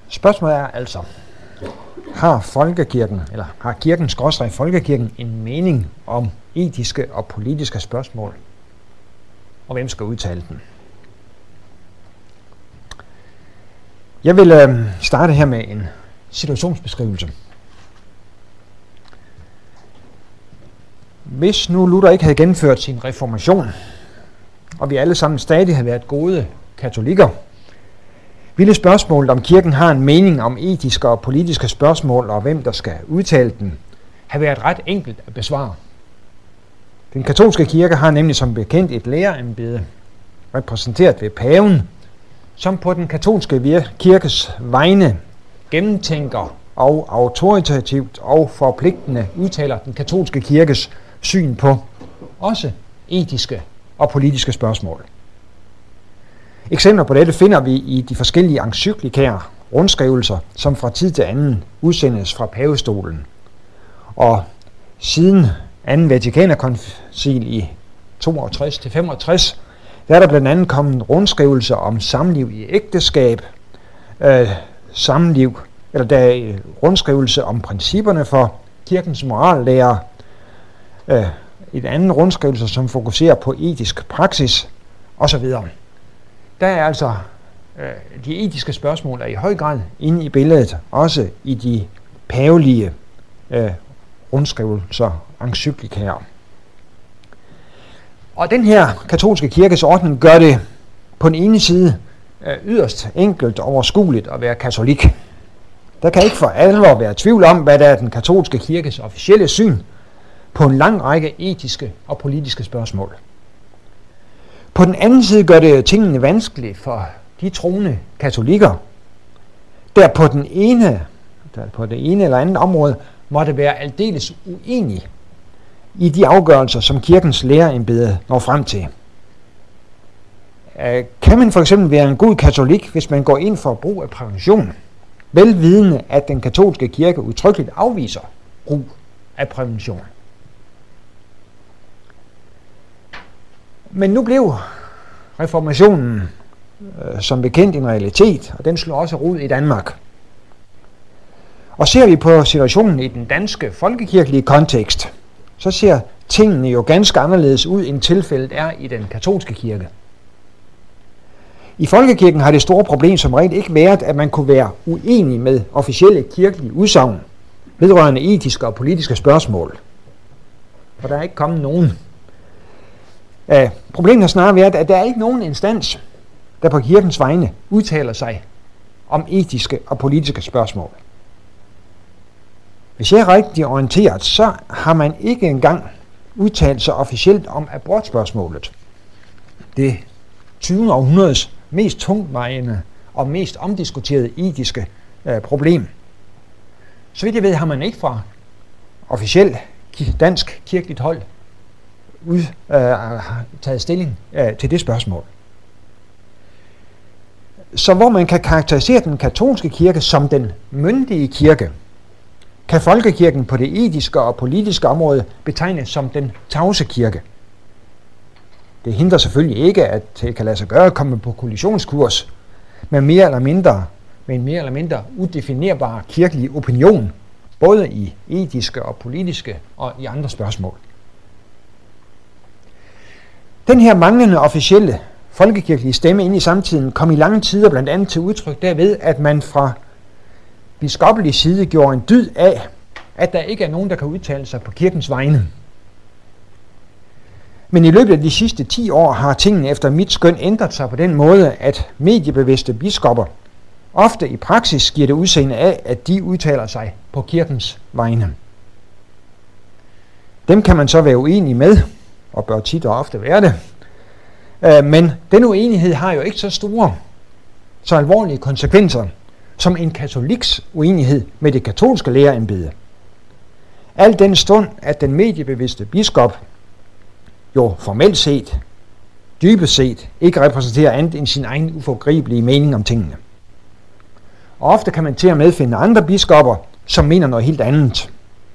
Spørgsmålet er altså, har folkekirken, eller har kirken/folkekirken en mening om etiske og politiske spørgsmål? Og hvem skal udtale den? Jeg vil starte her med en situationsbeskrivelse. Hvis nu Luther ikke havde gennemført sin reformation, og vi alle sammen stadig havde været gode katolikker, ville spørgsmålet om kirken har en mening om etiske og politiske spørgsmål, og hvem der skal udtale den, have været ret enkelt at besvare. Den katolske kirke har nemlig som bekendt et lærerembede, repræsenteret ved paven, som på den katolske kirkes vegne gennemtænker og autoritativt og forpligtende udtaler den katolske kirkes syn på også etiske og politiske spørgsmål. Eksempler på dette finder vi i de forskellige encyklikaer, rundskrivelser, som fra tid til anden udsendes fra pavestolen. Og siden 2. Vatikanerkoncil i 62-65, der er der blandt andet kommet rundskrivelser om samliv i ægteskab, rundskrivelse om principperne for kirkens morallære, et andet rundskrivelse, som fokuserer på etisk praksis osv. Der er altså de etiske spørgsmål er i høj grad inde i billedet, også i de pavelige rundskrivelser, encyklikaer. Og den her katolske kirkes ordning gør det på den ene side yderst enkelt og overskueligt at være katolik. Der kan ikke for alvor være tvivl om, hvad der er den katolske kirkes officielle syn på en lang række etiske og politiske spørgsmål. På den anden side gør det tingene vanskelige for de troende katolikker, der på det ene eller andet område måtte være aldeles uenige i de afgørelser, som kirkens lærerembede når frem til. Kan man for eksempel være en god katolik, hvis man går ind for brug af prævention, velvidende at den katolske kirke udtrykkeligt afviser brug af prævention? Men nu blev reformationen som bekendt en realitet, og den slår også rod i Danmark. Og ser vi på situationen i den danske folkekirkelige kontekst, så ser tingene jo ganske anderledes ud, end tilfældet er i den katolske kirke. I folkekirken har det store problem som regel ikke været, at man kunne være uenig med officielle kirkelige udsagn vedrørende etiske og politiske spørgsmål. For der er ikke kommet nogen. Problemet har snarere været, at der er ikke nogen instans, der på kirkens vegne udtaler sig om etiske og politiske spørgsmål. Hvis jeg er rigtig orienteret, så har man ikke engang udtalt sig officielt om abortspørgsmålet. Det 20. århundredes mest tungtvejende og mest omdiskuterede etiske problem. Så vidt jeg ved, har man ikke fra officielt dansk kirkeligt hold taget stilling til det spørgsmål. Så hvor man kan karakterisere den katolske kirke som den myndige kirke, kan folkekirken på det etiske og politiske område betegnes som den tavse kirke. Det hindrer selvfølgelig ikke, at det kan lade sig gøre at komme på kollisionskurs med en mere eller mindre udefinerbar kirkelig opinion, både i etiske og politiske og i andre spørgsmål. Den her manglende officielle folkekirkelige stemme ind i samtiden kom i lange tider blandt andet til udtryk derved, at man fra biskoppelig side gjorde en dyd af, at der ikke er nogen, der kan udtale sig på kirkens vegne. Men i løbet af de sidste 10 år har tingene efter mit skøn ændret sig på den måde, at mediebevidste biskopper ofte i praksis giver det udseende af, at de udtaler sig på kirkens vegne. Dem kan man så være uenig med, og bør tit og ofte være det. Men den uenighed har jo ikke så alvorlige konsekvenser, som en katoliks uenighed med det katolske lærerembede. Al den stund, at den mediebevidste biskop jo formelt set, dybest set, ikke repræsenterer andet end sin egen uforgribelige mening om tingene. Og ofte kan man til og med finde andre biskopper, som mener noget helt andet.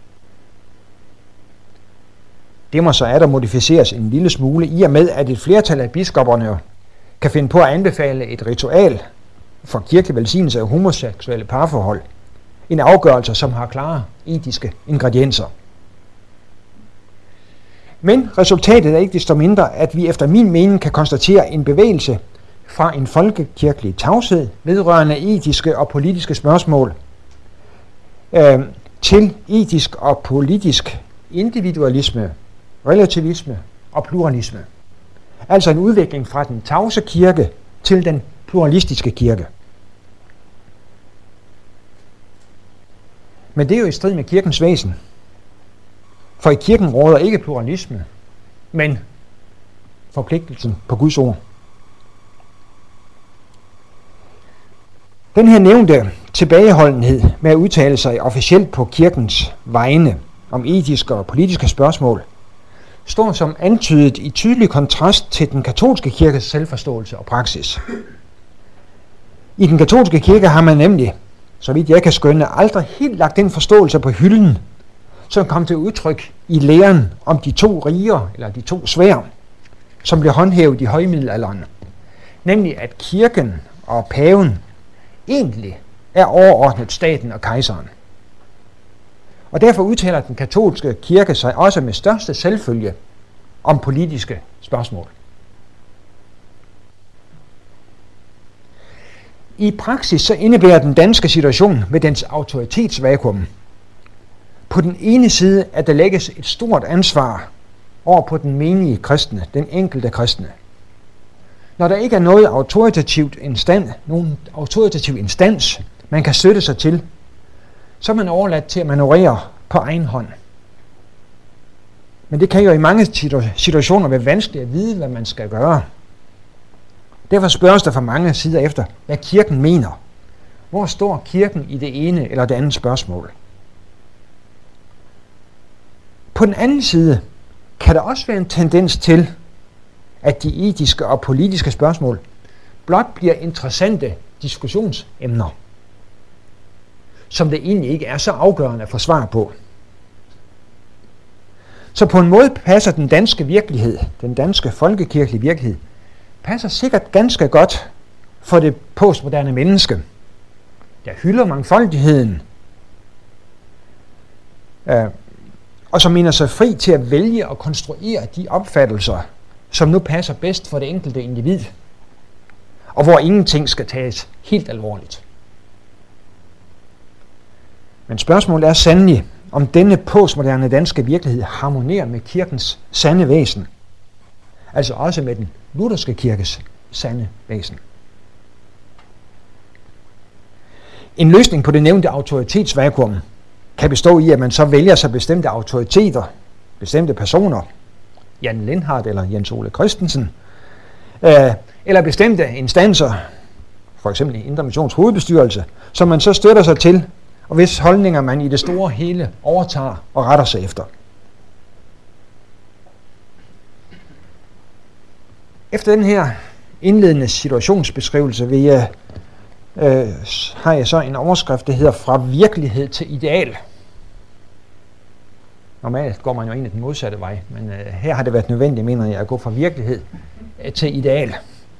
Det må så atter modificeres en lille smule, i og med at et flertal af biskopperne kan finde på at anbefale et ritual, for kirkelig velsignelse af homoseksuelle parforhold. En afgørelse, som har klare etiske ingredienser. Men resultatet er ikke desto mindre, at vi efter min mening kan konstatere en bevægelse fra en folkekirkelig tavshed vedrørende etiske og politiske spørgsmål til etisk og politisk individualisme, relativisme og pluralisme. Altså en udvikling fra den tavse kirke til den pluralistiske kirke. Men det er jo i strid med kirkens væsen. For i kirken råder ikke pluralisme, men forpligtelsen på Guds ord. Den her nævnte tilbageholdenhed med at udtale sig officielt på kirkens vegne om etiske og politiske spørgsmål står som antydet i tydelig kontrast til den katolske kirkes selvforståelse og praksis. I den katolske kirke har man nemlig, så vidt jeg kan skønne, aldrig helt lagt den forståelse på hylden, som kom til udtryk i læren om de to riger, eller de to sværd, som blev håndhævet i højmiddelalderen. Nemlig at kirken og paven egentlig er overordnet staten og kejseren. Og derfor udtaler den katolske kirke sig også med største selvfølge om politiske spørgsmål. I praksis så indebærer den danske situation med dens autoritetsvakuum på den ene side, at der lægges et stort ansvar over på den menige kristne, den enkelte kristne. Når der ikke er nogen autoritativ instans, man kan støtte sig til, så er man overladt til at manøvrere på egen hånd. Men det kan jo i mange situationer være vanskeligt at vide, hvad man skal gøre. Derfor spørges der fra mange sider efter, hvad kirken mener. Hvor står kirken i det ene eller det andet spørgsmål? På den anden side kan der også være en tendens til, at de etiske og politiske spørgsmål blot bliver interessante diskussionsemner, som det egentlig ikke er så afgørende at få svar på. Så på en måde passer den danske virkelighed, den danske folkekirkelige virkelighed, passer sikkert ganske godt for det postmoderne menneske, der hylder mangfoldigheden, og som mener sig fri til at vælge og konstruere de opfattelser, som nu passer bedst for det enkelte individ, og hvor ingenting skal tages helt alvorligt. Men spørgsmålet er sandelig, om denne postmoderne danske virkelighed harmonerer med kirkens sande væsen, altså også med den lutherske kirkes sande væsen. En løsning på det nævnte autoritetsvakuum kan bestå i, at man så vælger sig bestemte autoriteter, bestemte personer, Jan Lindhardt eller Jens Ole Christensen, eller bestemte instanser, for eksempel i Indre Missions hovedbestyrelse, som man så støtter sig til, og hvis holdninger man i det store hele overtager og retter sig efter. Efter den her indledende situationsbeskrivelse har jeg så en overskrift, der hedder fra virkelighed til ideal. Normalt går man jo egentlig den modsatte vej, men her har det været nødvendigt, mener jeg, at gå fra virkelighed til ideal.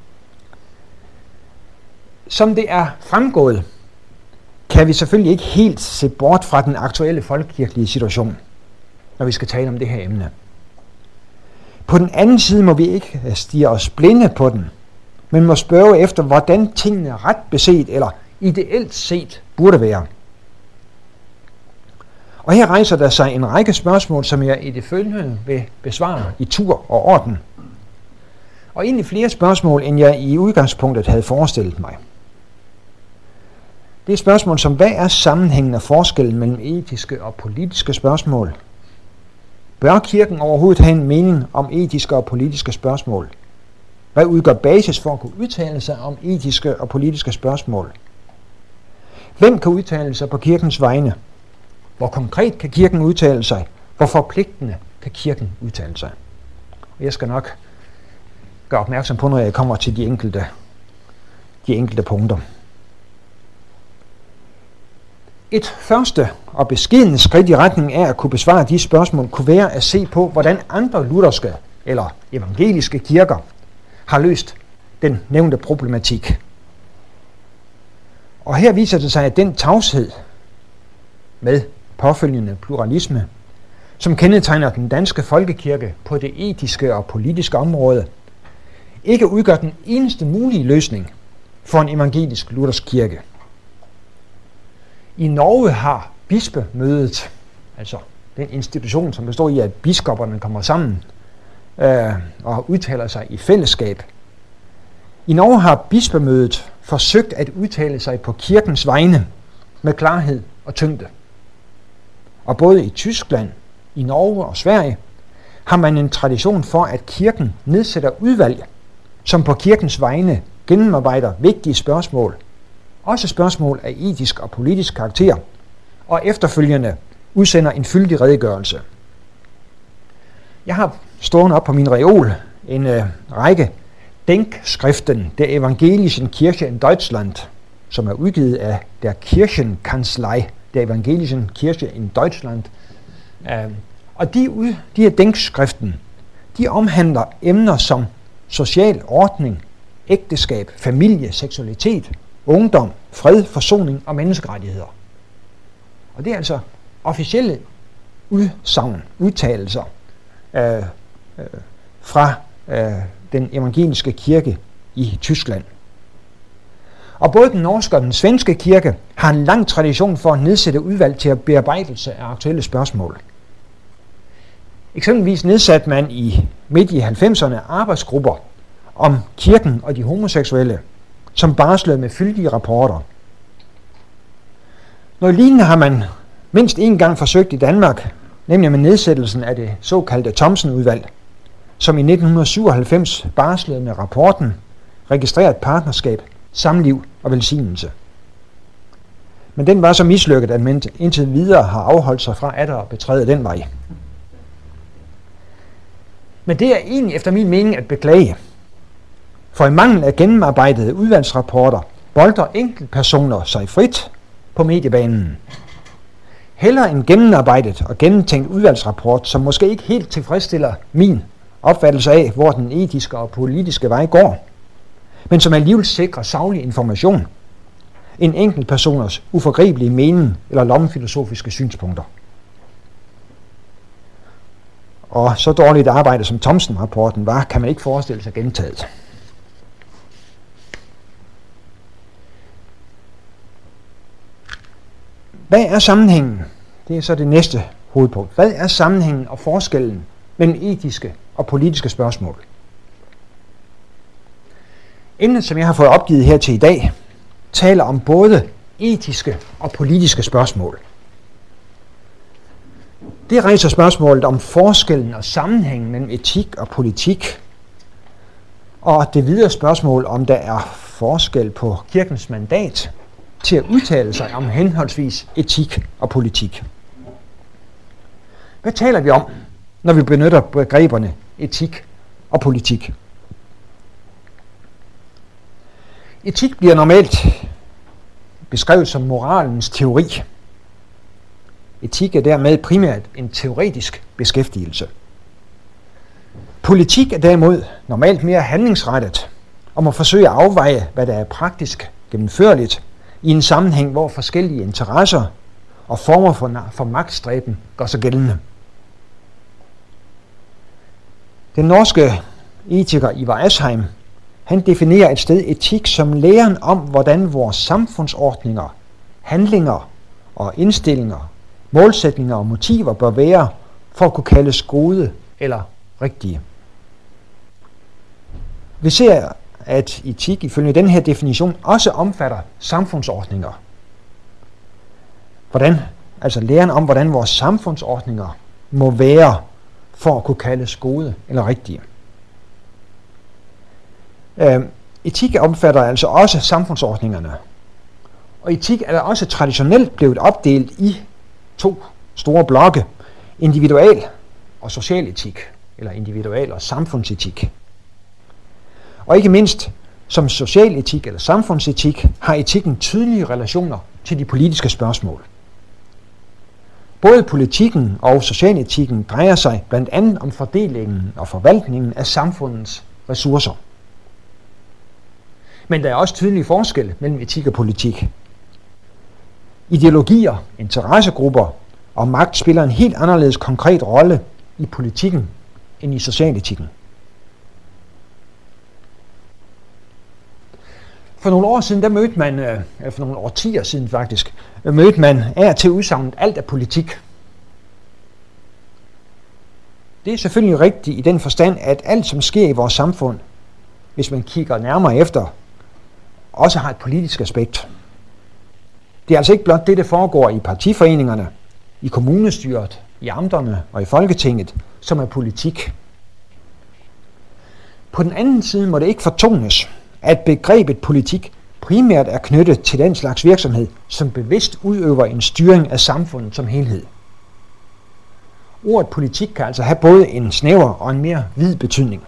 Som det er fremgået, kan vi selvfølgelig ikke helt se bort fra den aktuelle folkekirkelige situation, når vi skal tale om det her emne. På den anden side må vi ikke stirre os blinde på den, men må spørge efter, hvordan tingene ret beset eller ideelt set burde være. Og her rejser der sig en række spørgsmål, som jeg i det følgende vil besvare i tur og orden. Og egentlig flere spørgsmål, end jeg i udgangspunktet havde forestillet mig. Det er spørgsmål som, hvad er sammenhængen og forskellen mellem etiske og politiske spørgsmål? Bør kirken overhovedet have en mening om etiske og politiske spørgsmål? Hvad udgør basis for at kunne udtale sig om etiske og politiske spørgsmål? Hvem kan udtale sig på kirkens vegne? Hvor konkret kan kirken udtale sig? Hvor forpligtende kan kirken udtale sig? Og jeg skal nok gøre opmærksom på, når jeg kommer til de enkelte punkter. Et første og beskedent skridt i retning af at kunne besvare de spørgsmål kunne være at se på, hvordan andre lutherske eller evangeliske kirker har løst den nævnte problematik. Og her viser det sig, at den tavshed med påfølgende pluralisme, som kendetegner den danske folkekirke på det etiske og politiske område, ikke udgør den eneste mulige løsning for en evangelisk luthersk kirke. I Norge har bispemødet, altså den institution, som består i, at biskopperne kommer sammen og udtaler sig i fællesskab. I Norge har bispemødet forsøgt at udtale sig på kirkens vegne med klarhed og tyngde. Og både i Tyskland, i Norge og Sverige har man en tradition for, at kirken nedsætter udvalg, som på kirkens vegne gennemarbejder vigtige spørgsmål, også spørgsmål af etisk og politisk karakter, og efterfølgende udsender en fyldig redegørelse. Jeg har stående op på min reol en række Denkskriften der Evangelischen Kirche in Deutschland, som er udgivet af der Kirchenkanzlei der Evangelischen Kirche in Deutschland. Og de her Denkskriften, de omhandler emner som social ordning, ægteskab, familie, seksualitet, ungdom, fred, forsoning og menneskerettigheder. Og det er altså officielle udsagn, udtalelser fra den evangeliske kirke i Tyskland. Og både den norske og den svenske kirke har en lang tradition for at nedsætte udvalg til at bearbejdelse af aktuelle spørgsmål. Eksempelvis nedsatte man midt i 90'erne arbejdsgrupper om kirken og de homoseksuelle, som barslede med fyldige rapporter. Noget lignende har man mindst en gang forsøgt i Danmark, nemlig med nedsættelsen af det såkaldte Thomsen-udvalg, som i 1997 barslede med rapporten Registreret partnerskab, samliv og velsignelse. Men den var så mislykket, at man indtil videre har afholdt sig fra at betræde den vej. Men det er egentlig efter min mening at beklage. For i mangel af gennemarbejdede udvalgsrapporter boltrer enkeltpersoner sig frit på mediebanen. Hellere en gennemarbejdet og gennemtænkt udvalgsrapport, som måske ikke helt tilfredsstiller min opfattelse af, hvor den etiske og politiske vej går, men som alligevel sikrer saglig information, en enkelt personers uforgribelige mening eller lommefilosofiske synspunkter. Og så dårligt arbejde som Thomsen-rapporten var, kan man ikke forestille sig gentaget. Hvad er sammenhængen? Det er så det næste hovedpunkt. Hvad er sammenhængen og forskellen mellem etiske og politiske spørgsmål? Emnet, som jeg har fået opgivet her til i dag, taler om både etiske og politiske spørgsmål. Det rejser spørgsmålet om forskellen og sammenhængen mellem etik og politik, og det videre spørgsmål, om der er forskel på kirkens mandat til at udtale sig om henholdsvis etik og politik. Hvad taler vi om, når vi benytter begreberne etik og politik? Etik bliver normalt beskrevet som moralens teori. Etik er dermed primært en teoretisk beskæftigelse. Politik er derimod normalt mere handlingsrettet, og må forsøge at afveje, hvad der er praktisk gennemførligt i en sammenhæng, hvor forskellige interesser og former for magtstræben gør sig gældende. Den norske etiker Ivar Asheim, han definerer et sted etik som læren om, hvordan vores samfundsordninger, handlinger og indstillinger, målsætninger og motiver bør være for at kunne kaldes gode eller rigtige. Vi ser, at etik ifølge den her definition også omfatter samfundsordninger. Altså læren om, hvordan vores samfundsordninger må være for at kunne kaldes gode eller rigtige. Etik omfatter altså også samfundsordningerne. Og etik er der også traditionelt blevet opdelt i to store blokke, individual og social etik, eller individual og samfundsetik. Og ikke mindst som social etik eller samfundsetik har etikken tydelige relationer til de politiske spørgsmål. Både politikken og socialetikken drejer sig blandt andet om fordelingen og forvaltningen af samfundets ressourcer. Men der er også tydelige forskelle mellem etik og politik. Ideologier, interessegrupper og magt spiller en helt anderledes konkret rolle i politikken end i socialetikken. For nogle år siden, for nogle årtier siden faktisk, mødte man af til udsagnet alt er politik. Det er selvfølgelig rigtigt i den forstand, at alt som sker i vores samfund, hvis man kigger nærmere efter, også har et politisk aspekt. Det er altså ikke blot det, der foregår i partiforeningerne, i kommunestyret, i amterne og i Folketinget, som er politik. På den anden side må det ikke fortones, at begrebet politik primært er knyttet til den slags virksomhed, som bevidst udøver en styring af samfundet som helhed. Ordet politik kan altså have både en snæver og en mere vid betydning.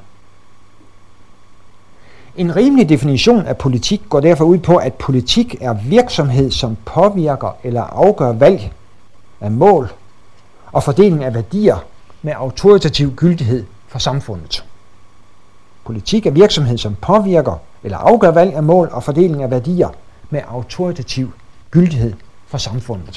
En rimelig definition af politik går derfor ud på, at politik er virksomhed, som påvirker eller afgør valg af mål og fordeling af værdier med autoritativ gyldighed for samfundet. Politik er virksomhed, som påvirker eller afgør valg af mål og fordeling af værdier med autoritativ gyldighed for samfundet.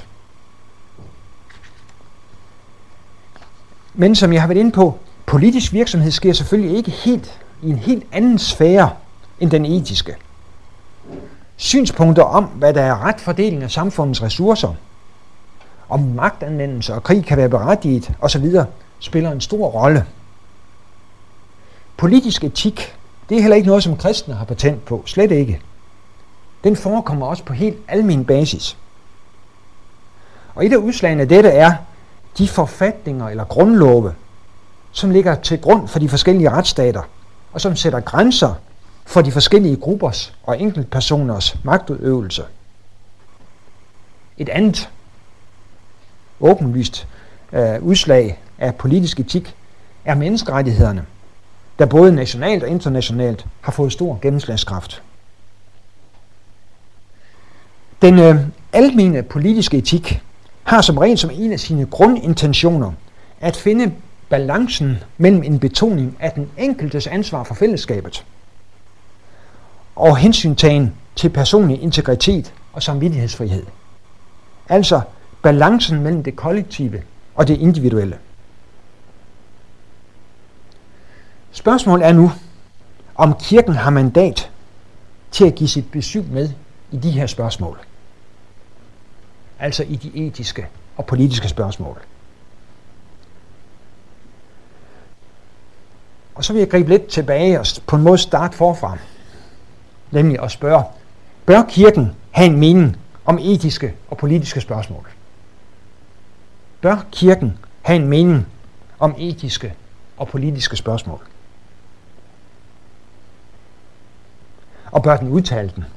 Men som jeg har været inde på, politisk virksomhed sker selvfølgelig ikke helt i en helt anden sfære end den etiske. Synspunkter om, hvad der er ret fordeling af samfundets ressourcer, om magtanvendelse og krig kan være berettiget osv., spiller en stor rolle. Politisk etik, det er heller ikke noget, som kristne har patent på, slet ikke. Den forekommer også på helt almen basis. Og et af udslagene af dette er de forfatninger eller grundlove, som ligger til grund for de forskellige retsstater, og som sætter grænser for de forskellige gruppers og enkeltpersoners magtudøvelse. Et andet åbenlyst udslag af politisk etik er menneskerettighederne, der både nationalt og internationalt har fået stor gennemslagskraft. Den almene politiske etik har som regel som en af sine grundintentioner at finde balancen mellem en betoning af den enkeltes ansvar for fællesskabet og hensyntagen til personlig integritet og samvittighedsfrihed. Altså balancen mellem det kollektive og det individuelle. Spørgsmålet er nu, om kirken har mandat til at give sit besøg med i de her spørgsmål. Altså i de etiske og politiske spørgsmål. Og så vil jeg gribe lidt tilbage og på en måde starte forfra. Nemlig at spørge, bør kirken have en mening om etiske og politiske spørgsmål? Bør kirken have en mening om etiske og politiske spørgsmål? Og bør den udtale den?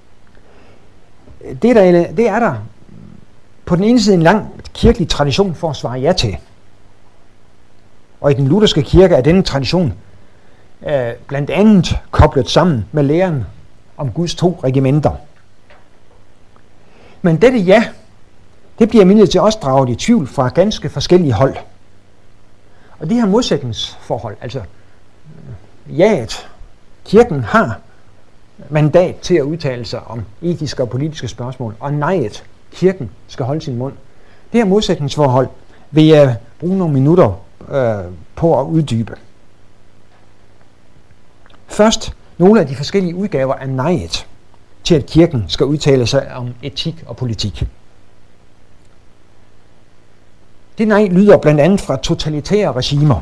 Det er der på den ene side en lang kirkelig tradition for at svare ja til. Og i den lutherske kirke er denne tradition blandt andet koblet sammen med læren om Guds 2 regimenter. Men dette ja, det bliver imidlertid også draget i tvivl fra ganske forskellige hold. Og de her modsætningsforhold, altså jaet, kirken har mandat til at udtale sig om etiske og politiske spørgsmål, og nejet, kirken skal holde sin mund. Det her modsætningsforhold vil jeg bruge nogle minutter på at uddybe. Først nogle af de forskellige udgaver af nejet til, at kirken skal udtale sig om etik og politik. Det nej lyder blandt andet fra totalitære regimer.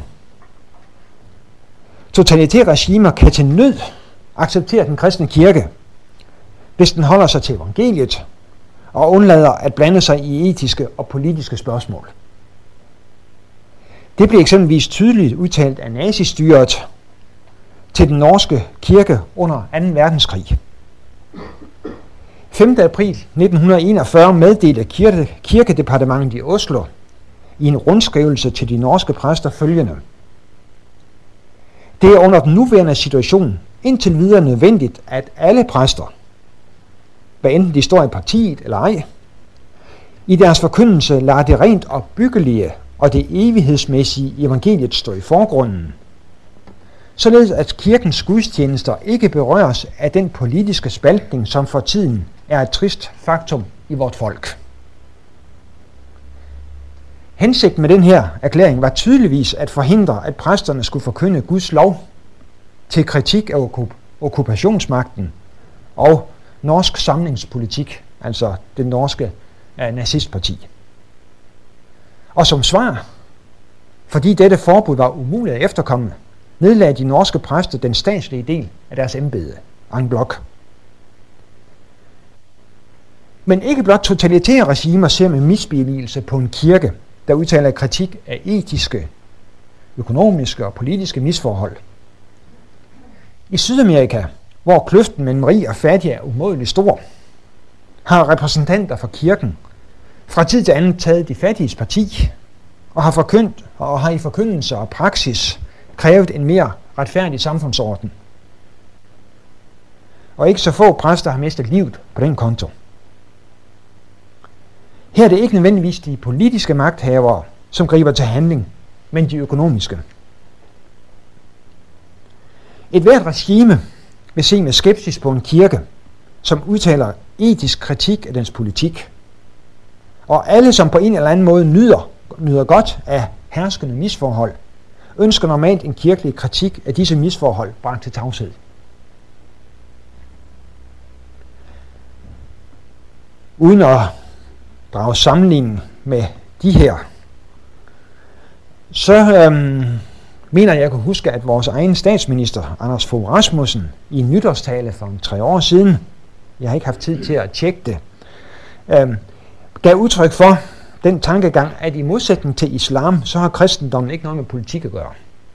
Totalitære regimer kan til nød acceptere den kristne kirke, hvis den holder sig til evangeliet og undlader at blande sig i etiske og politiske spørgsmål. Det blev eksempelvis tydeligt udtalt af nazistyret til den norske kirke under 2. verdenskrig. 5. april 1941 meddelte kirkedepartementet i Oslo i en rundskrivelse til de norske præster følgende: det er under den nuværende situation indtil videre nødvendigt, at alle præster, hvad enten de står i partiet eller ej, i deres forkyndelse lader det rent opbyggelige og det evighedsmæssige i evangeliet stå i forgrunden, således at kirkens gudstjenester ikke berøres af den politiske spaltning, som for tiden er et trist faktum i vort folk. Hensigten med den her erklæring var tydeligvis at forhindre, at præsterne skulle forkynde Guds lov til kritik af okkupationsmagten og norsk samlingspolitik, altså det norske nazistparti. Og som svar, fordi dette forbud var umuligt at efterkomme, nedlagde de norske præster den statslige del af deres embede, en blok. Men ikke blot totalitære regimer ser med misbilligelse på en kirke, der udtaler kritik af etiske, økonomiske og politiske misforhold. I Sydamerika, hvor kløften mellem rig og fattig er umådelig stor, har repræsentanter for kirken fra tid til anden taget de fattiges parti og har i forkyndelse og praksis krævet en mere retfærdig samfundsorden. Og ikke så få præster har mistet livet på den konto. Her er det ikke nødvendigvis de politiske magthavere, som griber til handling, men de økonomiske. Et hvert regime vil se med skepsis på en kirke, som udtaler etisk kritik af dens politik. Og alle, som på en eller anden måde nyder godt af herskende misforhold, ønsker normalt en kirkelig kritik af disse misforhold bragt til tavshed. Uden at drage sammenligning med de her, så mener jeg kan huske, at vores egen statsminister, Anders Fogh Rasmussen, i en nytårstale for 3 år siden, jeg har ikke haft tid til at tjekke det, gav udtryk for den tankegang, at i modsætning til islam, så har kristendommen ikke noget med politik at gøre.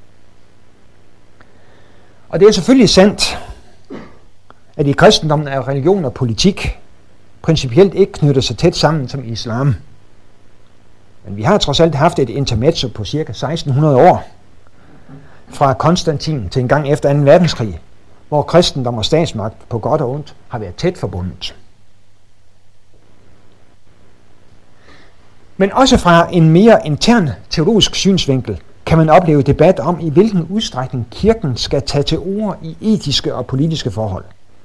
Og det er selvfølgelig sandt, at i kristendommen er religion og politik principielt ikke knytter sig tæt sammen som i islam. Men vi har trods alt haft et intermezzo på ca. 1600 år, fra Konstantin til en gang efter 2. verdenskrig, hvor kristendom og statsmagt på godt og ondt har været tæt forbundet. Men også fra en mere intern teologisk synsvinkel kan man opleve debat om, i hvilken udstrækning kirken skal tage til orde i etiske og politiske forhold.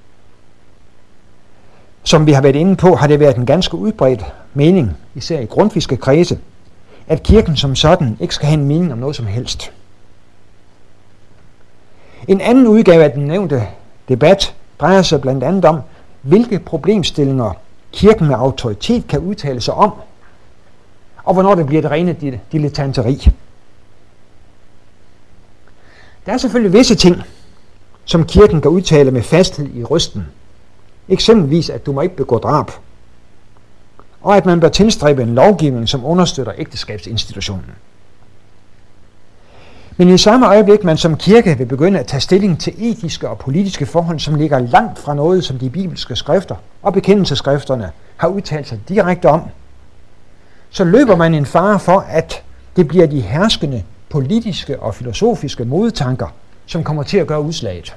Som vi har været inde på, har det været en ganske udbredt mening, især i grundtvigske kredse, at kirken som sådan ikke skal have en mening om noget som helst. En anden udgave af den nævnte debat drejer sig blandt andet om, hvilke problemstillinger kirken med autoritet kan udtale sig om, og hvornår det bliver det rene dilettanteri. Der er selvfølgelig visse ting, som kirken kan udtale med fasthed i røsten. Eksempelvis, at du må ikke begå drab, og at man bør tilstræbe en lovgivning, som understøtter ægteskabsinstitutionen. Men i samme øjeblik, man som kirke vil begynde at tage stilling til etiske og politiske forhold, som ligger langt fra noget, som de bibelske skrifter og bekendelsesskrifterne har udtalt sig direkte om, så løber man en fare for, at det bliver de herskende politiske og filosofiske modtanker, som kommer til at gøre udslaget.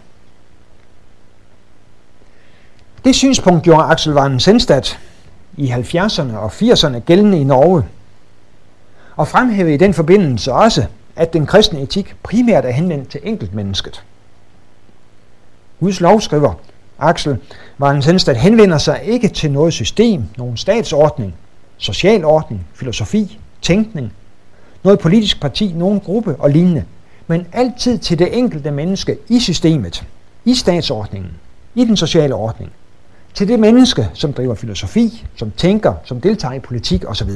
Det synspunkt gjorde Aksel Warnen Sennstedt i 70'erne og 80'erne gældende i Norge, og fremhævede i den forbindelse også, at den kristne etik primært er henvendt til enkeltmennesket. Guds lov, skriver Aksel Warnen Sennstedt, henvender sig ikke til noget system, nogen statsordning, social ordning, filosofi, tænkning, noget politisk parti, nogen gruppe og lignende, men altid til det enkelte menneske i systemet, i statsordningen, i den sociale ordning, til det menneske, som driver filosofi, som tænker, som deltager i politik osv.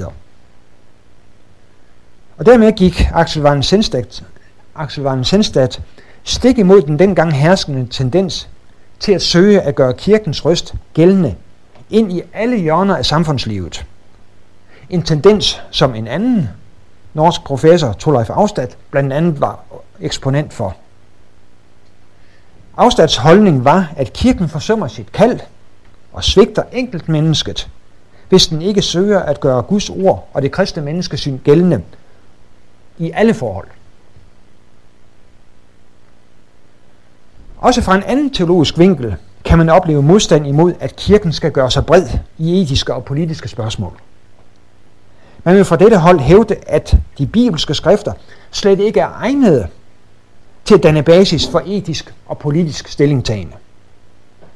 Og dermed gik Aksel Warnen Sennstedt stik imod den dengang herskende tendens til at søge at gøre kirkens røst gældende ind i alle hjørner af samfundslivet. En tendens, som en anden norsk professor, Thorleif Aufstad, blandt andet var eksponent for. Aufstads holdning var, at kirken forsømmer sit kald og svigter enkeltmennesket, hvis den ikke søger at gøre Guds ord og det kristne menneskesyn gældende i alle forhold. Også fra en anden teologisk vinkel kan man opleve modstand imod, at kirken skal gøre sig bred i etiske og politiske spørgsmål. Man vil fra dette hold hævde, at de bibelske skrifter slet ikke er egnede til at danne basis for etisk og politisk stillingtagende.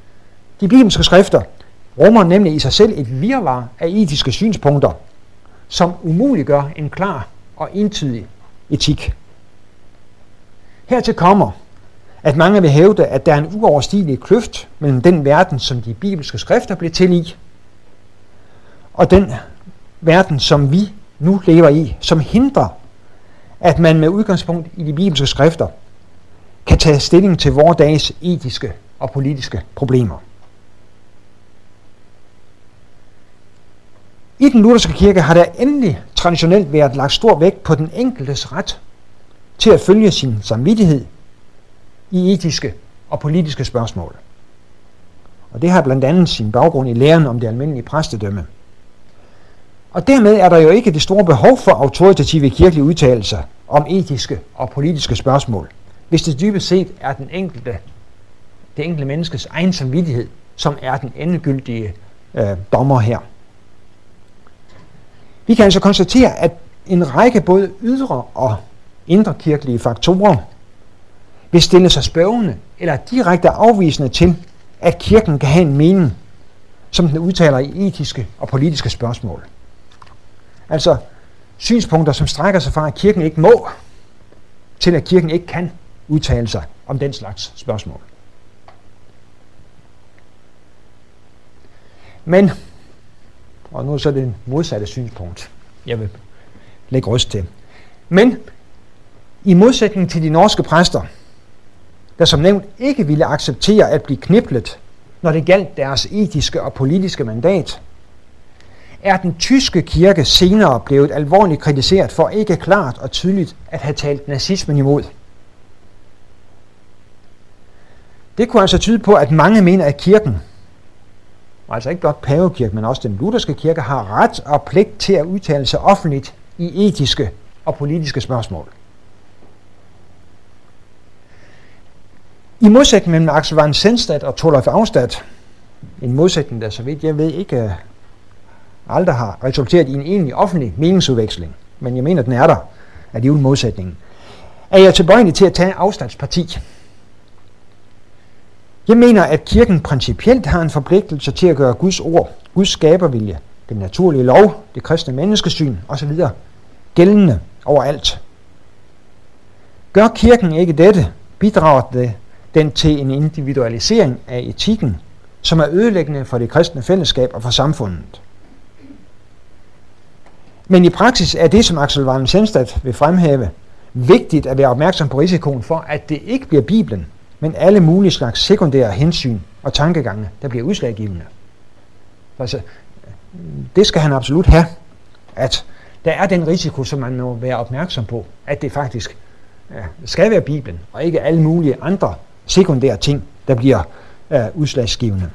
De bibelske skrifter rummer nemlig i sig selv et virvar af etiske synspunkter, som umuliggør en klar og entydig etik. Hertil kommer, at mange vil hævde, at der er en uoverstigelig kløft mellem den verden, som de bibelske skrifter blev til i, og den verden, som vi nu lever i, som hindrer, at man med udgangspunkt i de bibelske skrifter kan tage stilling til vores dages etiske og politiske problemer. I den lutherske kirke har der endelig traditionelt været lagt stor vægt på den enkeltes ret til at følge sin samvittighed i etiske og politiske spørgsmål. Og det har blandt andet sin baggrund i læren om det almindelige præstedømme. Og dermed er der jo ikke det store behov for autoritative kirkelige udtalelser om etiske og politiske spørgsmål, hvis det dybest set er det enkelte menneskes egen samvittighed, som er den endegyldige dommer her. Vi kan altså konstatere, at en række både ydre og indre kirkelige faktorer vil stille sig spørgende eller direkte afvisende til, at kirken kan have en mening, som den udtaler i etiske og politiske spørgsmål. Altså synspunkter, som strækker sig fra, at kirken ikke må, til at kirken ikke kan udtale sig om den slags spørgsmål. Men, og nu er så det modsatte synspunkt, jeg vil lægge røst til. Men i modsætning til de norske præster, der som nævnt ikke ville acceptere at blive kniplet, når det galt deres etiske og politiske mandat, er den tyske kirke senere blevet alvorligt kritiseret for ikke klart og tydeligt at have talt nazismen imod. Det kunne altså tyde på, at mange mener, at kirken, og altså ikke blot pavekirken, men også den lutherske kirke, har ret og pligt til at udtale sig offentligt i etiske og politiske spørgsmål. I modsætning mellem Axel von Sennstadt og Thorleif Augstat, en modsætning, der så vidt jeg ved ikke aldrig har resulteret i en egentlig offentlig meningsudveksling, men jeg mener, den er der, alligevel modsætningen, er jeg tilbøjelig til at tage Augstats parti. Jeg mener, at kirken principielt har en forpligtelse til at gøre Guds ord, Guds skabervilje, den naturlige lov, det kristne menneskesyn osv. gældende overalt. Gør kirken ikke dette, bidrager den til en individualisering af etikken, som er ødelæggende for det kristne fællesskab og for samfundet. Men i praksis er det, som Axel von Sennstadt vil fremhæve, vigtigt at være opmærksom på risikoen for, at det ikke bliver Bibelen, men alle mulige slags sekundære hensyn og tankegange, der bliver udslaggivende. Altså, det skal han absolut have, at der er den risiko, som man må være opmærksom på, at det faktisk skal være Bibelen, og ikke alle mulige andre sekundære ting, der bliver udslagsgivende.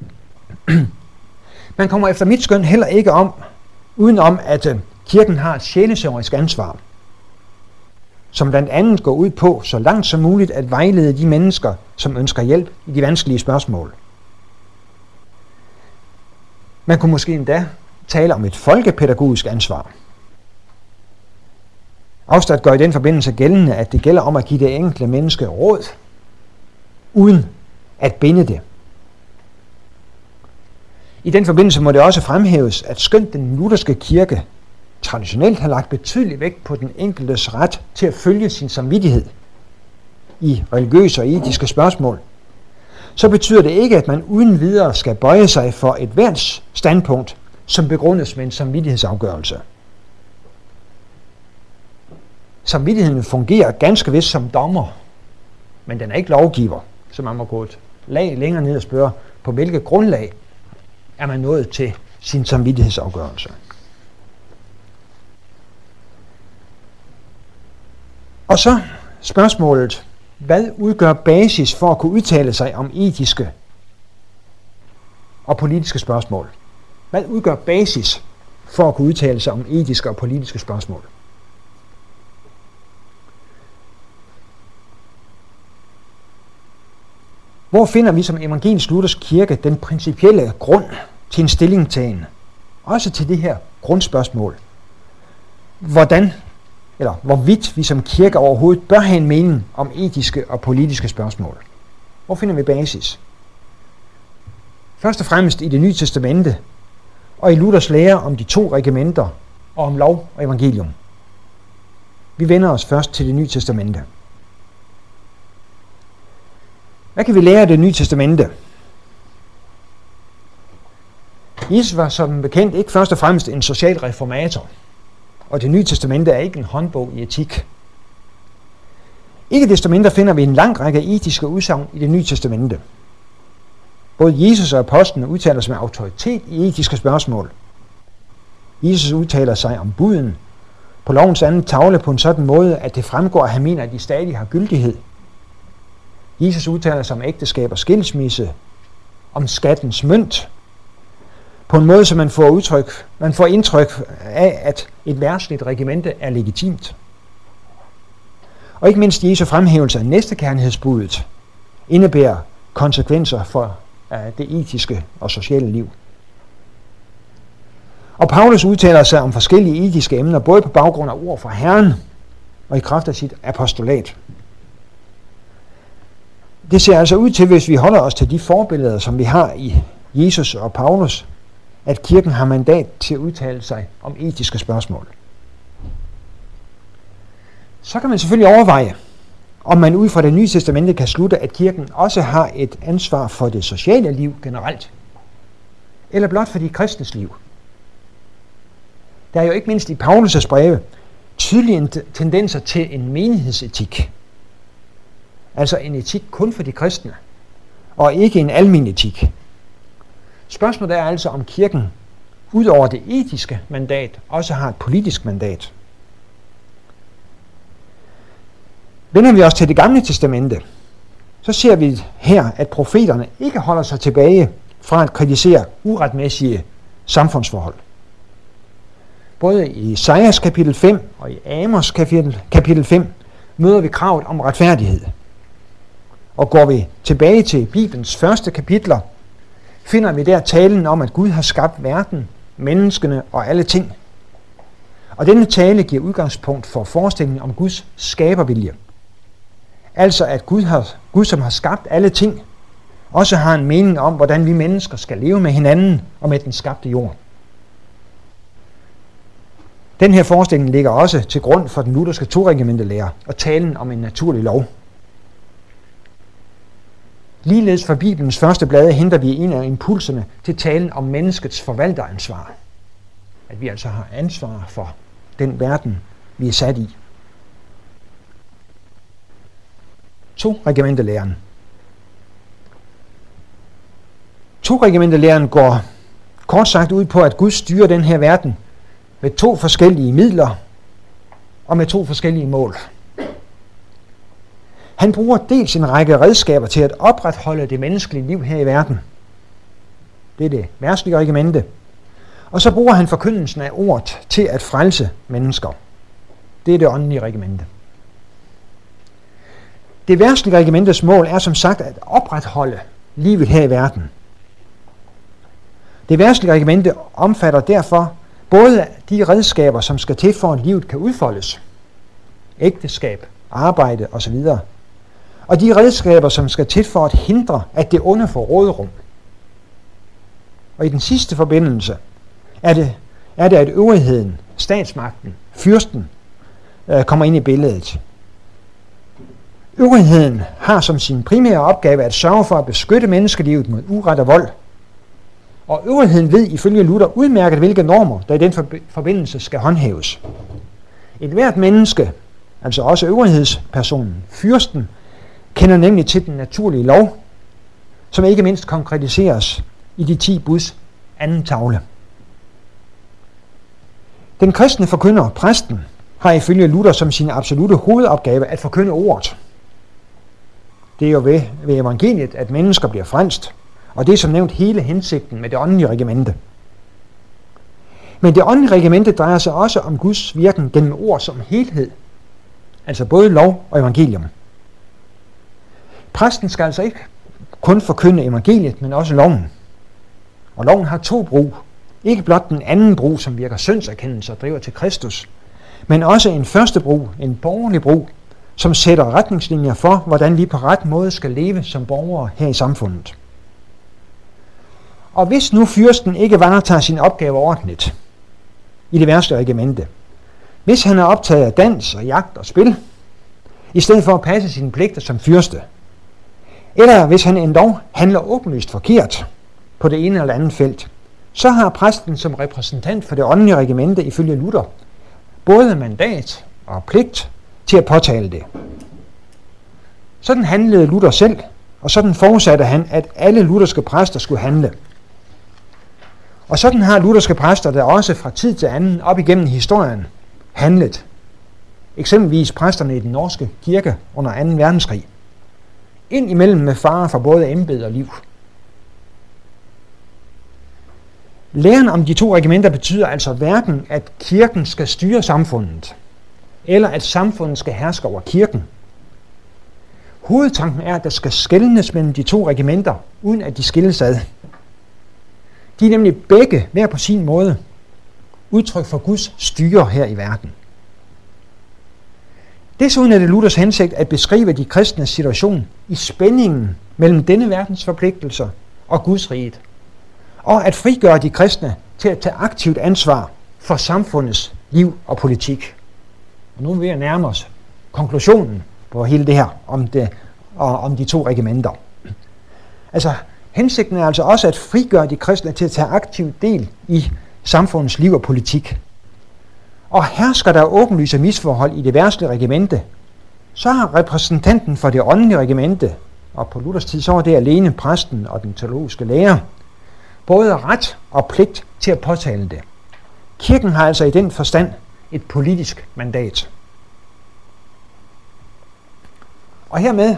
Man kommer efter mit skøn heller ikke udenom, at kirken har et sjælesørgerisk ansvar, som blandt andet går ud på så langt som muligt at vejlede de mennesker, som ønsker hjælp i de vanskelige spørgsmål. Man kunne måske endda tale om et folkepædagogisk ansvar. Augstat gør i den forbindelse gældende, at det gælder om at give det enkelte menneske råd, uden at binde det. I den forbindelse må det også fremhæves, at skønt den lutherske kirke traditionelt har lagt betydelig vægt på den enkeltes ret til at følge sin samvittighed i religiøse og etiske spørgsmål, så betyder det ikke, at man uden videre skal bøje sig for et hvert standpunkt, som begrundes med en samvittighedsafgørelse. Samvittigheden fungerer ganske vist som dommer, men den er ikke lovgiver, så man må gå et lag længere ned og spørge, på hvilket grundlag er man nået til sin samvittighedsafgørelse. Og så spørgsmålet, hvad udgør basis for at kunne udtale sig om etiske og politiske spørgsmål? Hvad udgør basis for at kunne udtale sig om etiske og politiske spørgsmål? Hvor finder vi som evangelisk-luthersk kirke den principielle grund til en stillingtagen, også til det her grundspørgsmål? Hvorvidt vi som kirke overhovedet bør have en mening om etiske og politiske spørgsmål. Hvor finder vi basis? Først og fremmest i Det Nye Testamente og i Luthers lære om de to regimenter og om lov og evangelium. Vi vender os først til Det Nye Testamente. Hvad kan vi lære af Det Nye Testamente? Jesus var som bekendt ikke først og fremmest en social reformator, og Det Nye Testamente er ikke en håndbog i etik. Ikke desto mindre finder vi en lang række etiske udsagn i Det Nye Testamente. Både Jesus og apostlene udtaler sig med autoritet i etiske spørgsmål. Jesus udtaler sig om buden på lovens anden tavle på en sådan måde, at det fremgår, at han mener, at de stadig har gyldighed. Jesus udtaler sig om ægteskab og skilsmisse, om skattens mønt, på en måde, så man får indtryk af, at et verdsligt regimente er legitimt. Og ikke mindst Jesu fremhævelse af næstekærlighedsbuddet indebærer konsekvenser for det etiske og sociale liv. Og Paulus udtaler sig om forskellige etiske emner, både på baggrund af ord fra Herren og i kraft af sit apostolat. Det ser altså ud til, hvis vi holder os til de forbilleder, som vi har i Jesus og Paulus, at kirken har mandat til at udtale sig om etiske spørgsmål. Så kan man selvfølgelig overveje, om man ud fra Det Nye Testamente kan slutte, at kirken også har et ansvar for det sociale liv generelt, eller blot for de kristnes liv. Der er jo ikke mindst i Paulus' breve tydelige tendenser til en menighedsetik, altså en etik kun for de kristne, og ikke en almen etik. Spørgsmålet er altså, om kirken ud over det etiske mandat også har et politisk mandat. Vender vi os til Det Gamle Testamente, så ser vi her, at profeterne ikke holder sig tilbage fra at kritisere uretmæssige samfundsforhold. Både i Esajas kapitel 5 og i Amos kapitel 5 møder vi kravet om retfærdighed. Og går vi tilbage til Bibelens første kapitler, finder vi der talen om, at Gud har skabt verden, menneskene og alle ting. Og denne tale giver udgangspunkt for forestillingen om Guds skabervilje. Altså at Gud, som har skabt alle ting, også har en mening om, hvordan vi mennesker skal leve med hinanden og med den skabte jord. Den her forestilling ligger også til grund for den lutherske toregimentelære og talen om en naturlig lov. Ligeledes fra Bibelens første blade henter vi en af impulserne til talen om menneskets forvalteransvar. At vi altså har ansvar for den verden, vi er sat i. Toregimentelæren. Toregimentelæren går kort sagt ud på, at Gud styrer den her verden med 2 forskellige midler og med 2 forskellige mål. Han bruger dels en række redskaber til at opretholde det menneskelige liv her i verden. Det er det verdslige regimente. Og så bruger han forkyndelsen af ordet til at frelse mennesker. Det er det åndelige regimente. Det verdslige regimentes mål er som sagt at opretholde livet her i verden. Det verdslige regimente omfatter derfor både de redskaber, som skal til for, at livet kan udfoldes. Ægteskab, arbejde osv. Og de redskaber, som skal til for at hindre, at det onde får råderum. Og i den sidste forbindelse er det, at øvrigheden, statsmagten, fyrsten, kommer ind i billedet. Øvrigheden har som sin primære opgave at sørge for at beskytte menneskelivet mod uret og vold. Og øvrigheden ved ifølge Luther udmærket, hvilke normer, der i den forbindelse skal håndhæves. Et hvert menneske, altså også øvrighedspersonen, fyrsten, kender nemlig til den naturlige lov, som ikke mindst konkretiseres i de 10 buds anden tavle. Den kristne forkynder, præsten, har ifølge Luther som sin absolute hovedopgave at forkynde ordet. Det er jo ved evangeliet, at mennesker bliver frelst, og det er som nævnt hele hensigten med det åndelige regimente. Men det åndelige regimente drejer sig også om Guds virken gennem ord som helhed, altså både lov og evangelium. Præsten skal altså ikke kun forkynde evangeliet, men også loven. Og loven har 2 brug. Ikke blot den anden brug, som virker syndserkendelse og driver til Kristus, men også en første brug, en borgerlig brug, som sætter retningslinjer for, hvordan vi på ret måde skal leve som borgere her i samfundet. Og hvis nu fyrsten ikke varetager sin opgave ordentligt, i det værste regimente, hvis han er optaget af dans og jagt og spil, i stedet for at passe sine pligter som fyrste, eller hvis han endog handler åbenlyst forkert på det ene eller andet felt, så har præsten som repræsentant for det åndelige regimente ifølge Luther både mandat og pligt til at påtale det. Sådan handlede Luther selv, og sådan forudsatte han, at alle lutherske præster skulle handle. Og sådan har lutherske præster der også fra tid til anden op igennem historien handlet. Eksempelvis præsterne i den norske kirke under 2. verdenskrig. Ind imellem med fare for både embede og liv. Læren om de to regimenter betyder altså hverken, at kirken skal styre samfundet, eller at samfundet skal herske over kirken. Hovedtanken er, at der skal skelnes mellem de to regimenter, uden at de skilles ad. De er nemlig begge, hver på sin måde, udtryk for Guds styre her i verden. Desuden er det Luthers hensigt at beskrive de kristnes situation i spændingen mellem denne verdens forpligtelser og Guds riget, og at frigøre de kristne til at tage aktivt ansvar for samfundets liv og politik. Og nu er vi ved at nærme os konklusionen på hele det her om de to regimenter. Altså, hensigten er altså også at frigøre de kristne til at tage aktiv del i samfundets liv og politik. Og hersker der åbenlyse misforhold i det værste regimente, så har repræsentanten for det åndelige regimente, og på Luthers tid så var det alene præsten og den teologiske lærer, både ret og pligt til at påtale det. Kirken har altså i den forstand et politisk mandat. Og hermed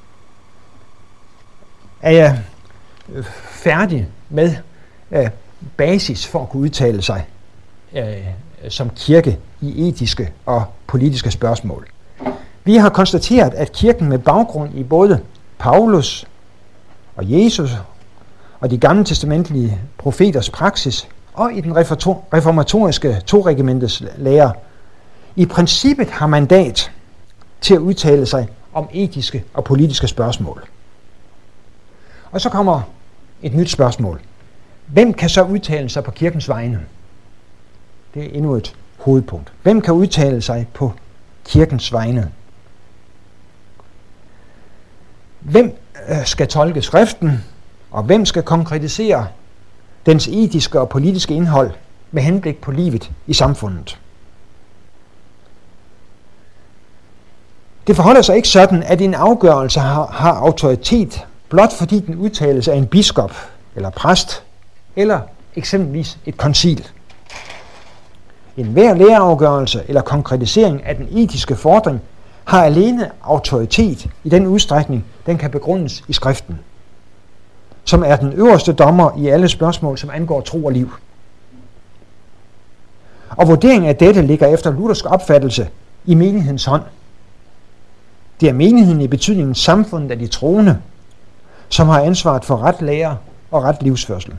er jeg færdig med basis for at kunne udtale sig som kirke i etiske og politiske spørgsmål. Vi har konstateret, at kirken med baggrund i både Paulus og Jesus og de gamle testamentlige profeters praksis og i den reformatoriske toregimentets lære i princippet har mandat til at udtale sig om etiske og politiske spørgsmål. Og så kommer et nyt spørgsmål. Hvem kan så udtale sig på kirkens vegne? Det er endnu et hovedpunkt. Hvem kan udtale sig på kirkens vegne? Hvem skal tolke skriften, og hvem skal konkretisere dens etiske og politiske indhold med henblik på livet i samfundet? Det forholder sig ikke sådan, at en afgørelse har autoritet, blot fordi den udtales af en biskop eller præst, eller eksempelvis et koncil. En hver læreafgørelse eller konkretisering af den etiske fordring har alene autoritet i den udstrækning, den kan begrundes i skriften, som er den øverste dommer i alle spørgsmål, som angår tro og liv. Og vurderingen af dette ligger efter luthersk opfattelse i menighedens hånd. Det er menigheden i betydningen samfundet af de troende, som har ansvaret for ret lære og ret livsførsel.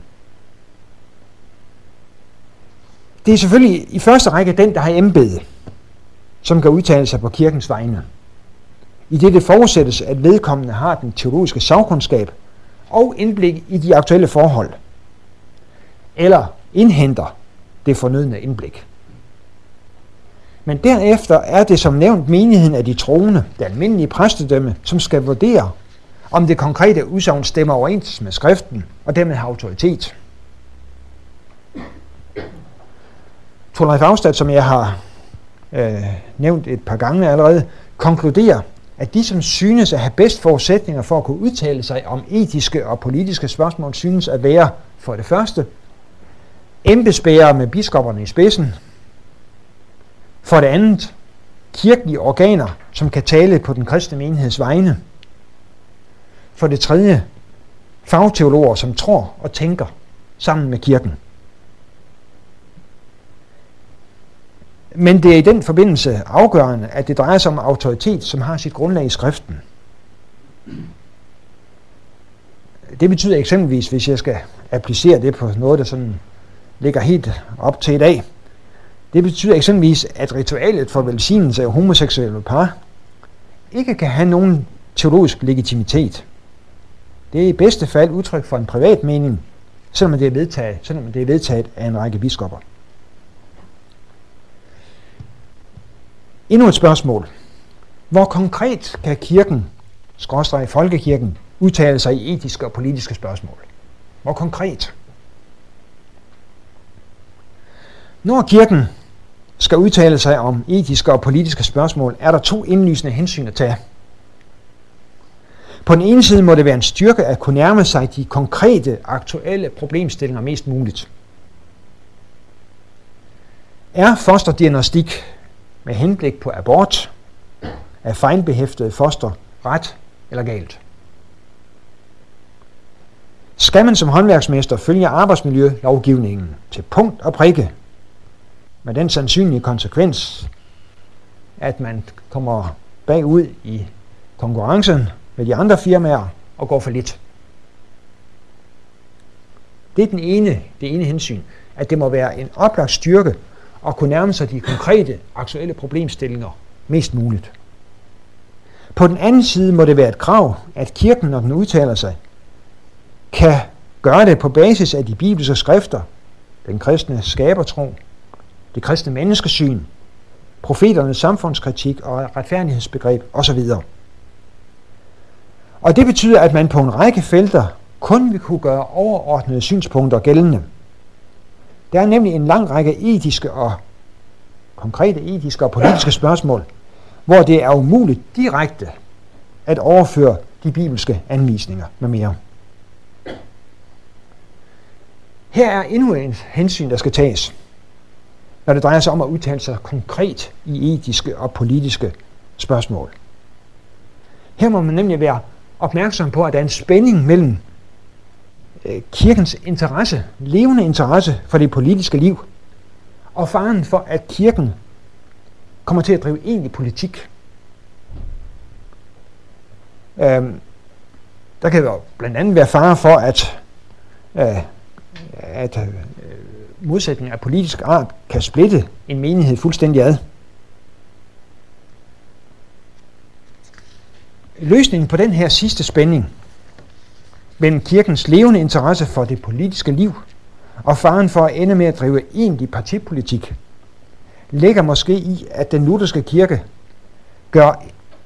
Det er selvfølgelig i første række den, der har embede, som kan udtale sig på kirkens vegne. I det forudsættes, at vedkommende har den teologiske sagkundskab og indblik i de aktuelle forhold, eller indhenter det fornødne indblik. Men derefter er det som nævnt menigheden af de troende, det almindelige præstedømme, som skal vurdere, om det konkrete udsagn stemmer overens med skriften, og dermed har autoritet. Thorleif Aufstad, som jeg har nævnt et par gange allerede, konkluderer, at de, som synes at have bedst forudsætninger for at kunne udtale sig om etiske og politiske spørgsmål, synes at være for det første embedsbærere med biskopperne i spidsen, for det andet kirkelige organer, som kan tale på den kristne menigheds vegne, for det tredje fagteologer, som tror og tænker sammen med kirken. Men det er i den forbindelse afgørende, at det drejer sig om autoritet, som har sit grundlag i skriften. Det betyder eksempelvis, hvis jeg skal applicere det på noget, der sådan ligger helt op til i dag, det betyder eksempelvis, at ritualet for velsignelse af homoseksuelle par ikke kan have nogen teologisk legitimitet. Det er i bedste fald udtryk for en privat mening, selvom det er vedtaget af en række biskopper. Endnu et spørgsmål. Hvor konkret kan kirken, folkekirken, udtale sig i etiske og politiske spørgsmål? Hvor konkret? Når kirken skal udtale sig om etiske og politiske spørgsmål, er der to indlysende hensyn at tage. På den ene side må det være en styrke at kunne nærme sig de konkrete, aktuelle problemstillinger mest muligt. Er fosterdiagnostik med henblik på abort af fejlbehæftede foster ret eller galt? Skal man som håndværksmester følge arbejdsmiljølovgivningen til punkt og prikke, med den sandsynlige konsekvens, at man kommer bagud i konkurrencen med de andre firmaer og går for lidt? Det er det ene hensyn, at det må være en oplagt styrke at kunne nærme sig de konkrete, aktuelle problemstillinger mest muligt. På den anden side må det være et krav, at kirken, når den udtaler sig, kan gøre det på basis af de bibelske skrifter, den kristne skabertro, det kristne menneskesyn, profeternes samfundskritik og retfærdighedsbegreb osv. Og det betyder, at man på en række felter kun vil kunne gøre overordnede synspunkter gældende. Der er nemlig en lang række konkrete etiske og politiske spørgsmål, hvor det er umuligt direkte at overføre de bibelske anvisninger med mere. Her er endnu en hensyn, der skal tages, når det drejer sig om at udtale sig konkret i etiske og politiske spørgsmål. Her må man nemlig være opmærksom på, at der er en spænding mellem kirkens interesse, levende interesse for det politiske liv, og faren for, at kirken kommer til at drive egentlig politik. Der kan jo blandt andet være fare for, at modsætninger af politisk art kan splitte en menighed fuldstændig ad. Løsningen på den her sidste spænding mellem kirkens levende interesse for det politiske liv og faren for at ende med at drive egentlig partipolitik ligger måske i, at den lutherske kirke gør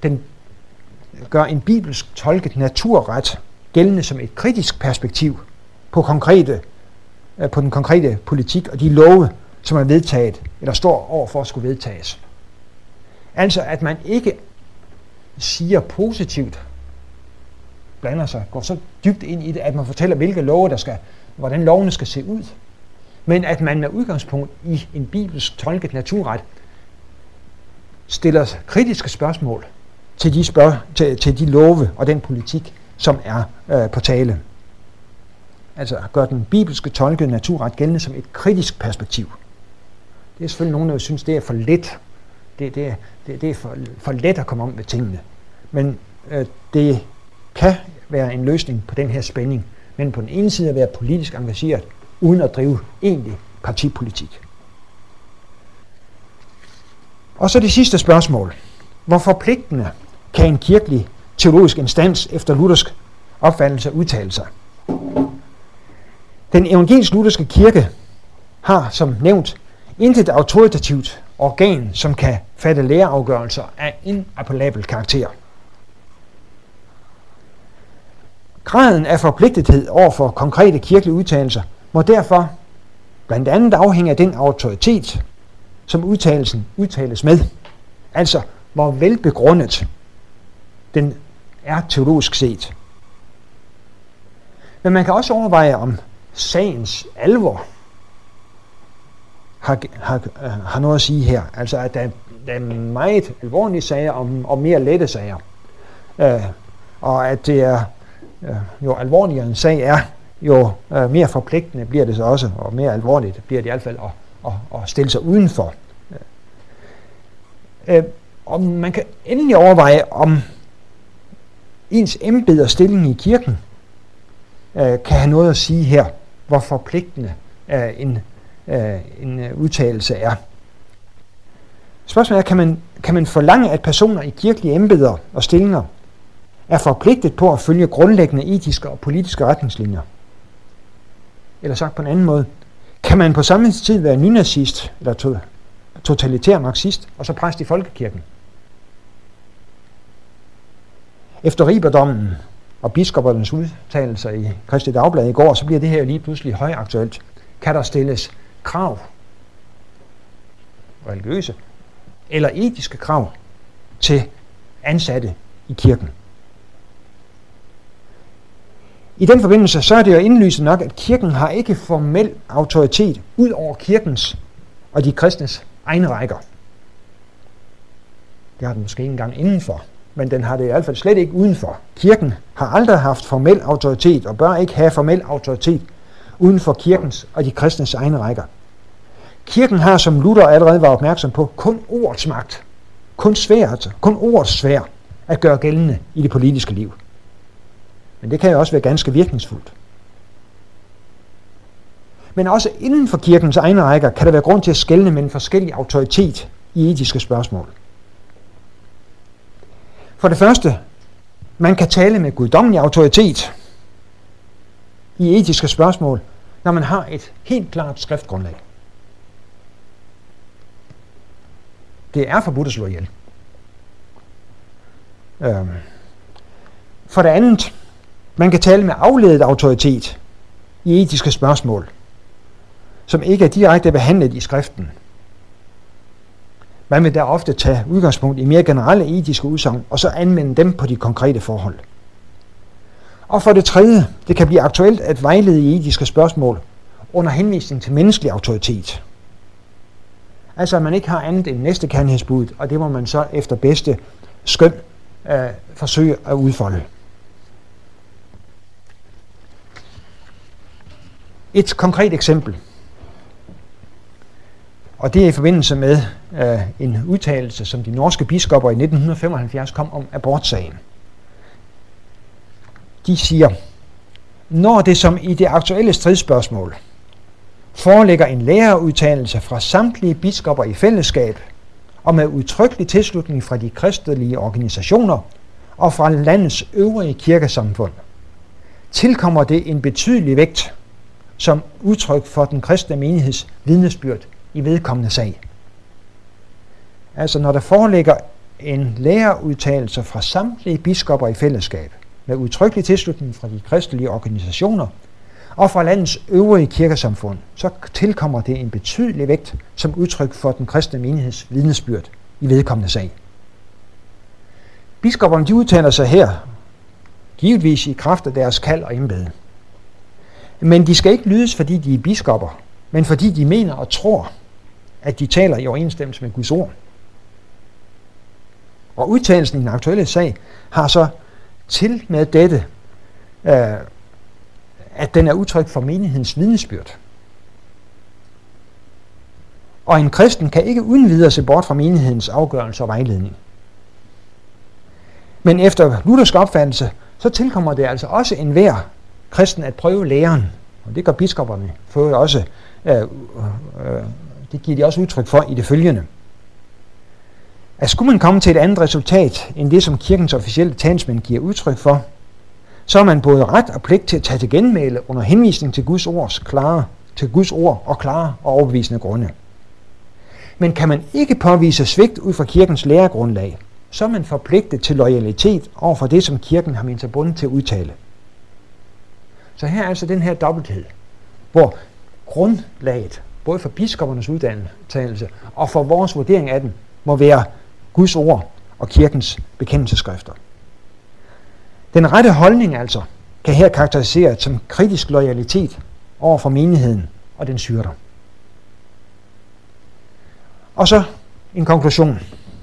en bibelsk tolket naturret gældende som et kritisk perspektiv på den konkrete politik og de love, som er vedtaget eller står over for at skulle vedtages. Altså at man ikke siger positivt, blander sig, går så dybt ind i det, at man fortæller, hvilke love hvordan lovene skal se ud, men at man med udgangspunkt i en bibelsk tolket naturret stiller kritiske spørgsmål til de love og den politik, som er på tale. Altså gør den bibelske tolkede naturret gældende som et kritisk perspektiv. Det er selvfølgelig nogen, der synes, det er for let. Det er for let at komme om med tingene. Men det kan være en løsning på den her spænding. Men på den ene side at være politisk engageret, uden at drive egentlig partipolitik. Og så det sidste spørgsmål. Hvor forpligtende kan en kirkelig teologisk instans efter luthersk opfattelse udtale sig? Den evangelisk-lutherske kirke har, som nævnt, intet autoritativt organ, som kan fatte læreafgørelser af inappellabel karakter. Graden af forpligtethed over for konkrete kirkelige udtalelser må derfor blandt andet afhænge af den autoritet, som udtalelsen udtales med. Altså, hvor velbegrundet den er teologisk set. Men man kan også overveje, om sagens alvor har noget at sige her. Altså, at der er meget alvorlige sager og mere lette sager. Og at det er jo alvorligere en sag er, jo mere forpligtende bliver det så også, og mere alvorligt bliver det i hvert fald at stille sig udenfor. Og man kan endelig overveje, om ens embede og stilling i kirken kan have noget at sige her, hvor forpligtende en udtalelse er. Spørgsmålet er, kan man forlange, at personer i kirkelige embeder og stillinger er forpligtet på at følge grundlæggende etiske og politiske retningslinjer? Eller sagt på en anden måde, kan man på samme tid være nynazist eller totalitær marxist, og så præst i folkekirken. Efter Riberdommen og biskoppernes udtalelser i Kristi Dagblad i går, så bliver det her lige pludselig højaktuelt. Kan der stilles krav, religiøse eller etiske krav, til ansatte i kirken? I den forbindelse så er det jo indlysende nok, at kirken har ikke formel autoritet ud over kirkens og de kristnes egne rækker. Det har den måske ikke engang indenfor, men den har det i hvert fald slet ikke udenfor. Kirken har aldrig haft formel autoritet og bør ikke have formel autoritet uden for kirkens og de kristnes egne rækker. Kirken har, som Luther allerede var opmærksom på, kun ordets magt, kun ordets svær at gøre gældende i det politiske liv. Men det kan jo også være ganske virkningsfuldt. Men også inden for kirkens egne rækker kan der være grund til at skelne mellem forskellig autoritet i etiske spørgsmål. For det første, man kan tale med guddommelig autoritet i etiske spørgsmål, når man har et helt klart skriftgrundlag. Det er forbudt at slå ihjel. For det andet, man kan tale med afledet autoritet i etiske spørgsmål, som ikke er direkte behandlet i skriften. Man vil der ofte tage udgangspunkt i mere generelle etiske udsagn, og så anvende dem på de konkrete forhold. Og for det tredje, det kan blive aktuelt at vejlede i etiske spørgsmål under henvisning til menneskelig autoritet. Altså at man ikke har andet end næstekærlighedsbuddet, og det må man så efter bedste skøn forsøge at udfolde. Et konkret eksempel, og det er i forbindelse med en udtalelse, som de norske biskopper i 1975 kom om abortsagen. De siger, når det som i det aktuelle stridsspørgsmål foreligger en lærerudtalelse fra samtlige biskopper i fællesskab og med udtrykkelig tilslutning fra de kristelige organisationer og fra landets øvrige kirkesamfund, tilkommer det en betydelig vægt som udtryk for den kristne menigheds vidnesbyrd i vedkommende sag. Altså når der foreligger en lærerudtalelse fra samtlige biskopper i fællesskab med udtrykkelig tilslutning fra de kristelige organisationer og fra landets øvrige kirkesamfund, så tilkommer det en betydelig vægt som udtryk for den kristne menigheds vidnesbyrd i vedkommende sag. Biskopperne de udtaler sig her, givetvis i kraft af deres kald og embede. Men de skal ikke lydes, fordi de er biskopper, men fordi de mener og tror, at de taler i overensstemmelse med Guds ord. Og udtalelsen i den aktuelle sag har så til med dette, at den er udtryk for menighedens vidnesbyrd. Og en kristen kan ikke uden videre se bort fra menighedens afgørelse og vejledning. Men efter luthersk opfattelse, så tilkommer det altså også enhver kristen at prøve læren. Og det gør biskopperne for også, det giver de også udtryk for i det følgende. At skulle man komme til et andet resultat, end det som kirkens officielle talsmænd giver udtryk for, så har man både ret og pligt til at tage til genmæle under henvisning til Guds ord og klare og overbevisende grunde. Men kan man ikke påvise svigt ud fra kirkens læregrundlag, så er man forpligtet til loyalitet over for det, som kirken har ment sig bundet til at udtale. Så her er altså den her dobbelthed, hvor grundlaget, både for biskoppernes udtalelse og for vores vurdering af den, må være Guds ord og kirkens bekendelsesskrifter. Den rette holdning altså kan her karakteriseres som kritisk loyalitet over for menigheden og dens hyrder. Og så en konklusion.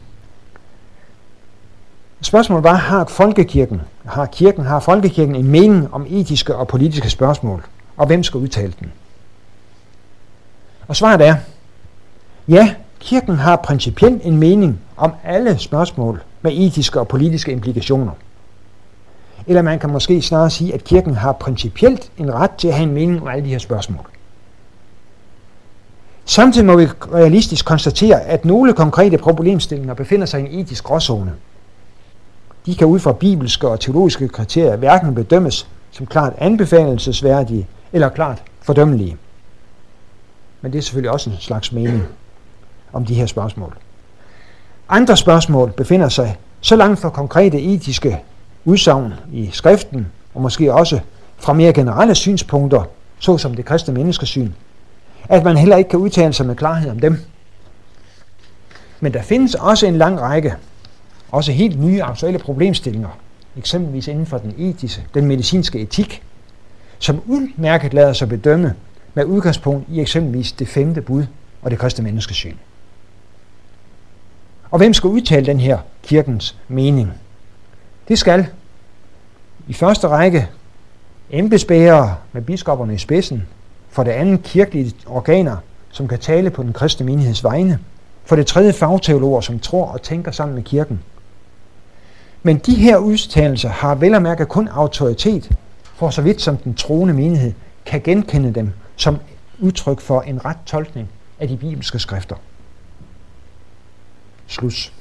Spørgsmålet var, har folkekirken en mening om etiske og politiske spørgsmål, og hvem skal udtale den? Og svaret er, ja, kirken har principielt en mening om alle spørgsmål med etiske og politiske implikationer. Eller man kan måske snarere sige, at kirken har principielt en ret til at have en mening om alle de her spørgsmål. Samtidig må vi realistisk konstatere, at nogle konkrete problemstillinger befinder sig i en etisk gråzone. De kan ud fra bibelske og teologiske kriterier hverken bedømmes som klart anbefalelsesværdige eller klart fordømmelige. Men det er selvfølgelig også en slags mening. om de her spørgsmål. Andre spørgsmål befinder sig så langt fra konkrete etiske udsagn i skriften, og måske også fra mere generelle synspunkter, såsom det kristne menneskesyn, at man heller ikke kan udtale sig med klarhed om dem. Men der findes også en lang række, også helt nye aktuelle problemstillinger, eksempelvis inden for den medicinske etik, som udmærket lader sig bedømme med udgangspunkt i eksempelvis det 5. bud og det kristne menneskesyn. Og hvem skal udtale den her kirkens mening? Det skal i første række embedsbærere med biskopperne i spidsen, for det andet kirkelige organer, som kan tale på den kristne menigheds vegne, for det tredje fagteologer, som tror og tænker sammen med kirken. Men de her udtalelser har vel at mærke kun autoritet, for så vidt som den troende menighed kan genkende dem som udtryk for en ret tolkning af de bibelske skrifter. Slut.